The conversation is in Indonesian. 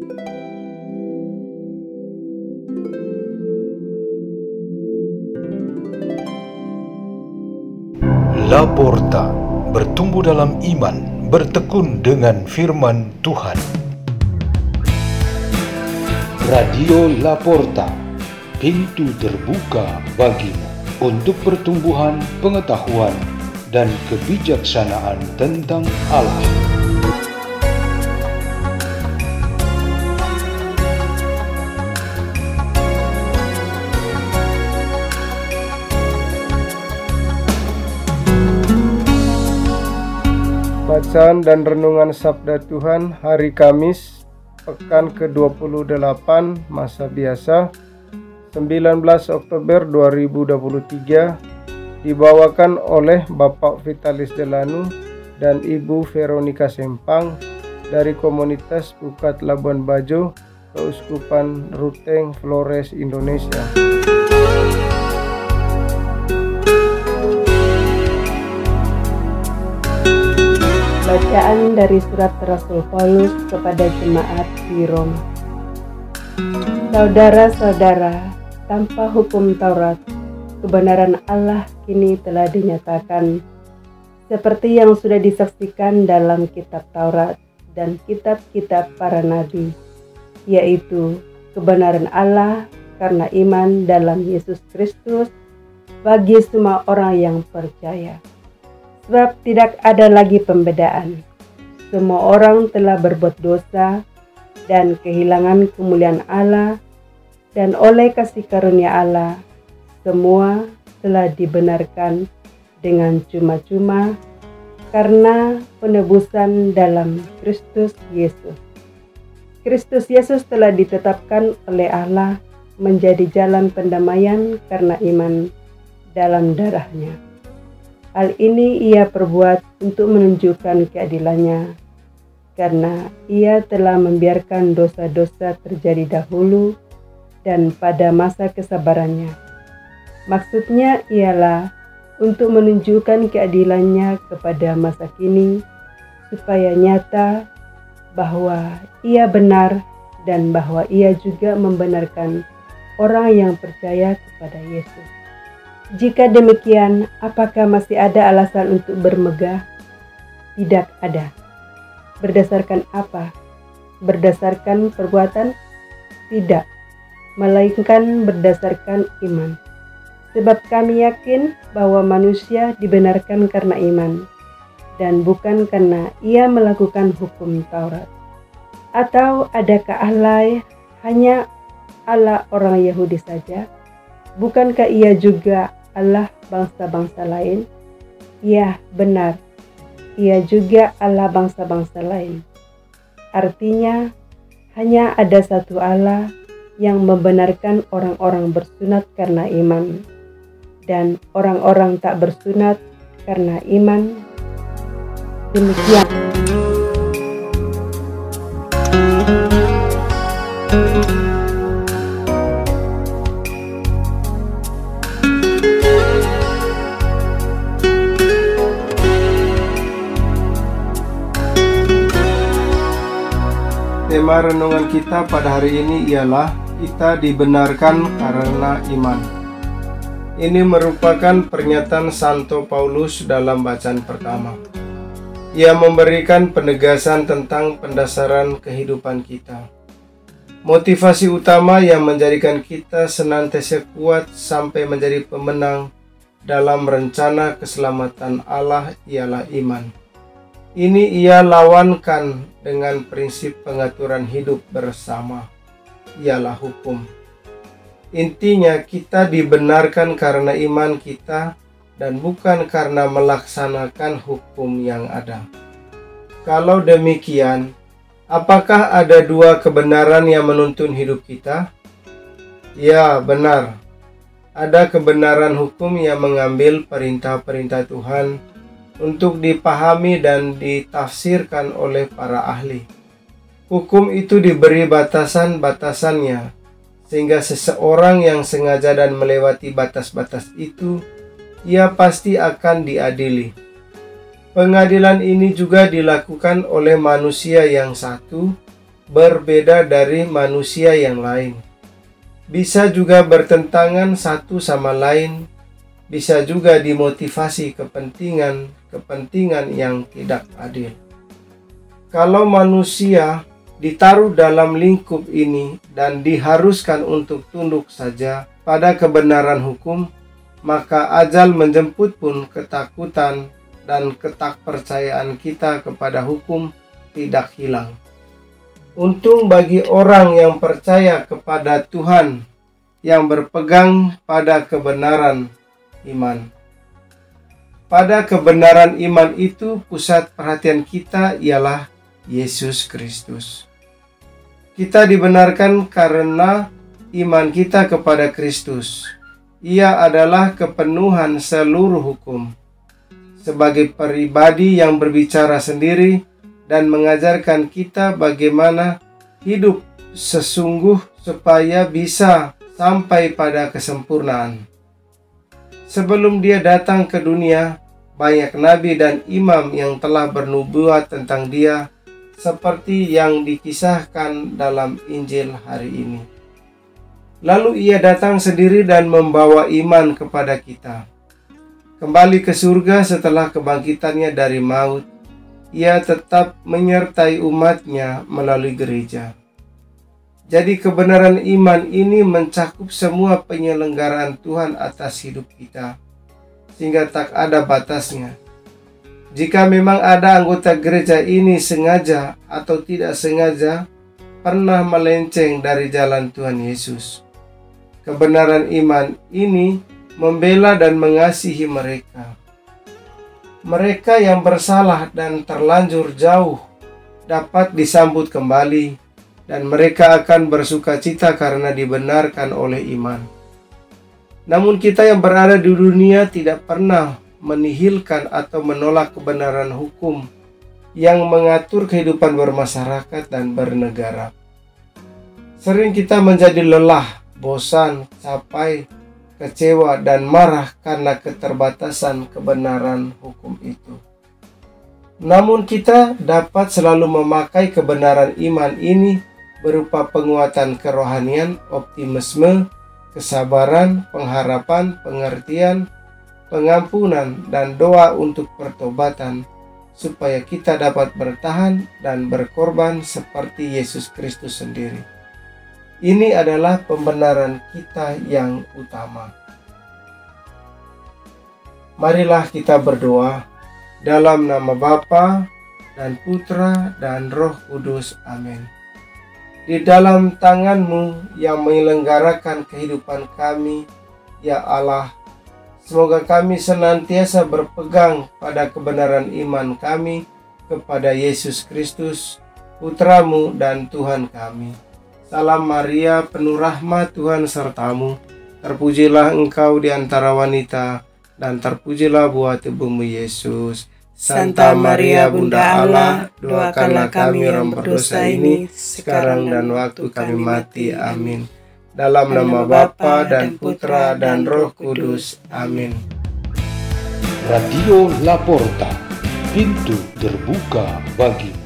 Laporta, bertumbuh dalam iman, bertekun dengan firman Tuhan. Radio Laporta, pintu terbuka bagimu untuk pertumbuhan pengetahuan dan kebijaksanaan tentang Allah. Bacaan dan renungan Sabda Tuhan hari Kamis, pekan ke-28 masa biasa, 19 Oktober 2023, dibawakan oleh Bapak Vitalis Delanu dan Ibu Veronica Sempang dari Komunitas Pukat Labuan Bajo, Keuskupan Ruteng, Flores, Indonesia. Bacaan dari surat Rasul Paulus kepada jemaat di Roma. Saudara-saudara, tanpa hukum Taurat, kebenaran Allah kini telah dinyatakan, seperti yang sudah disaksikan dalam kitab Taurat dan kitab-kitab para nabi, yaitu kebenaran Allah karena iman dalam Yesus Kristus bagi semua orang yang percaya. Sebab tidak ada lagi pembedaan. Semua orang telah berbuat dosa dan kehilangan kemuliaan Allah, dan oleh kasih karunia Allah, semua telah dibenarkan dengan cuma-cuma karena penebusan dalam Kristus Yesus. Kristus Yesus telah ditetapkan oleh Allah menjadi jalan pendamaian karena iman dalam darah-Nya. Hal ini Ia perbuat untuk menunjukkan keadilannya, karena Ia telah membiarkan dosa-dosa terjadi dahulu dan pada masa kesabarannya. Maksudnya ialah untuk menunjukkan keadilannya kepada masa kini, supaya nyata bahwa Ia benar dan bahwa Ia juga membenarkan orang yang percaya kepada Yesus. Jika demikian, apakah masih ada alasan untuk bermegah? Tidak ada. Berdasarkan apa? Berdasarkan perbuatan? Tidak, melainkan berdasarkan iman. Sebab kami yakin bahwa manusia dibenarkan karena iman, dan bukan karena ia melakukan hukum Taurat. Atau adakah Allah hanya Allah orang Yahudi saja? Bukankah Ia juga Allah bangsa-bangsa lain? Ya, benar. Ia juga Allah bangsa-bangsa lain. Artinya, hanya ada satu Allah yang membenarkan orang-orang bersunat karena iman, dan orang-orang tak bersunat karena iman. Demikian. Tema renungan kita pada hari ini ialah kita dibenarkan karena iman. Ini merupakan pernyataan Santo Paulus dalam bacaan pertama. Ia memberikan penegasan tentang pendasaran kehidupan kita. Motivasi utama yang menjadikan kita senantiasa kuat sampai menjadi pemenang dalam rencana keselamatan Allah ialah iman. Ini Ia lawankan dengan prinsip pengaturan hidup bersama, ialah hukum. Intinya kita dibenarkan karena iman kita dan bukan karena melaksanakan hukum yang ada. Kalau demikian, apakah ada dua kebenaran yang menuntun hidup kita? Ya, benar. Ada kebenaran hukum yang mengambil perintah-perintah Tuhan untuk dipahami dan ditafsirkan oleh para ahli. Hukum itu diberi batasan-batasannya, sehingga seseorang yang sengaja dan melewati batas-batas itu, ia pasti akan diadili. Pengadilan ini juga dilakukan oleh manusia yang satu, berbeda dari manusia yang lain. Bisa juga bertentangan satu sama lain, bisa juga dimotivasi kepentingan yang tidak adil. Kalau manusia ditaruh dalam lingkup ini dan diharuskan untuk tunduk saja pada kebenaran hukum, maka ajal menjemput pun ketakutan dan ketakpercayaan kita kepada hukum tidak hilang. Untung bagi orang yang percaya kepada Tuhan, yang berpegang pada kebenaran iman. Pada kebenaran iman itu, pusat perhatian kita ialah Yesus Kristus. Kita dibenarkan karena iman kita kepada Kristus. Ia adalah kepenuhan seluruh hukum. Sebagai pribadi yang berbicara sendiri dan mengajarkan kita bagaimana hidup sesungguh supaya bisa sampai pada kesempurnaan. Sebelum Dia datang ke dunia, banyak nabi dan imam yang telah bernubuat tentang Dia, seperti yang dikisahkan dalam Injil hari ini. Lalu Ia datang sendiri dan membawa iman kepada kita. Kembali ke surga setelah kebangkitannya dari maut, Ia tetap menyertai umatnya melalui gereja. Jadi kebenaran iman ini mencakup semua penyelenggaraan Tuhan atas hidup kita, sehingga tak ada batasnya. Jika memang ada anggota gereja ini sengaja atau tidak sengaja pernah melenceng dari jalan Tuhan Yesus, kebenaran iman ini membela dan mengasihi mereka. Mereka yang bersalah dan terlanjur jauh dapat disambut kembali, dan mereka akan bersuka cita karena dibenarkan oleh iman. Namun kita yang berada di dunia tidak pernah menihilkan atau menolak kebenaran hukum yang mengatur kehidupan bermasyarakat dan bernegara. Sering kita menjadi lelah, bosan, capai, kecewa, dan marah karena keterbatasan kebenaran hukum itu. Namun kita dapat selalu memakai kebenaran iman ini berupa penguatan kerohanian, optimisme, kesabaran, pengharapan, pengertian, pengampunan, dan doa untuk pertobatan, supaya kita dapat bertahan dan berkorban seperti Yesus Kristus sendiri. Ini adalah pembenaran kita yang utama. Marilah kita berdoa dalam nama Bapa dan Putra dan Roh Kudus. Amin. Di dalam tangan-Mu yang menyelenggarakan kehidupan kami, ya Allah, semoga kami senantiasa berpegang pada kebenaran iman kami kepada Yesus Kristus, Putra-Mu dan Tuhan kami. Salam Maria, penuh rahmat, Tuhan sertamu. Terpujilah engkau di antara wanita, dan terpujilah buah tubuhmu Yesus. Santa Maria Bunda Allah, doakanlah kami orang berdosa ini, sekarang dan waktu kami mati. Amin. Dalam nama Bapa dan Putra dan Roh Kudus. Amin. Radio Laporta, pintu terbuka bagimu.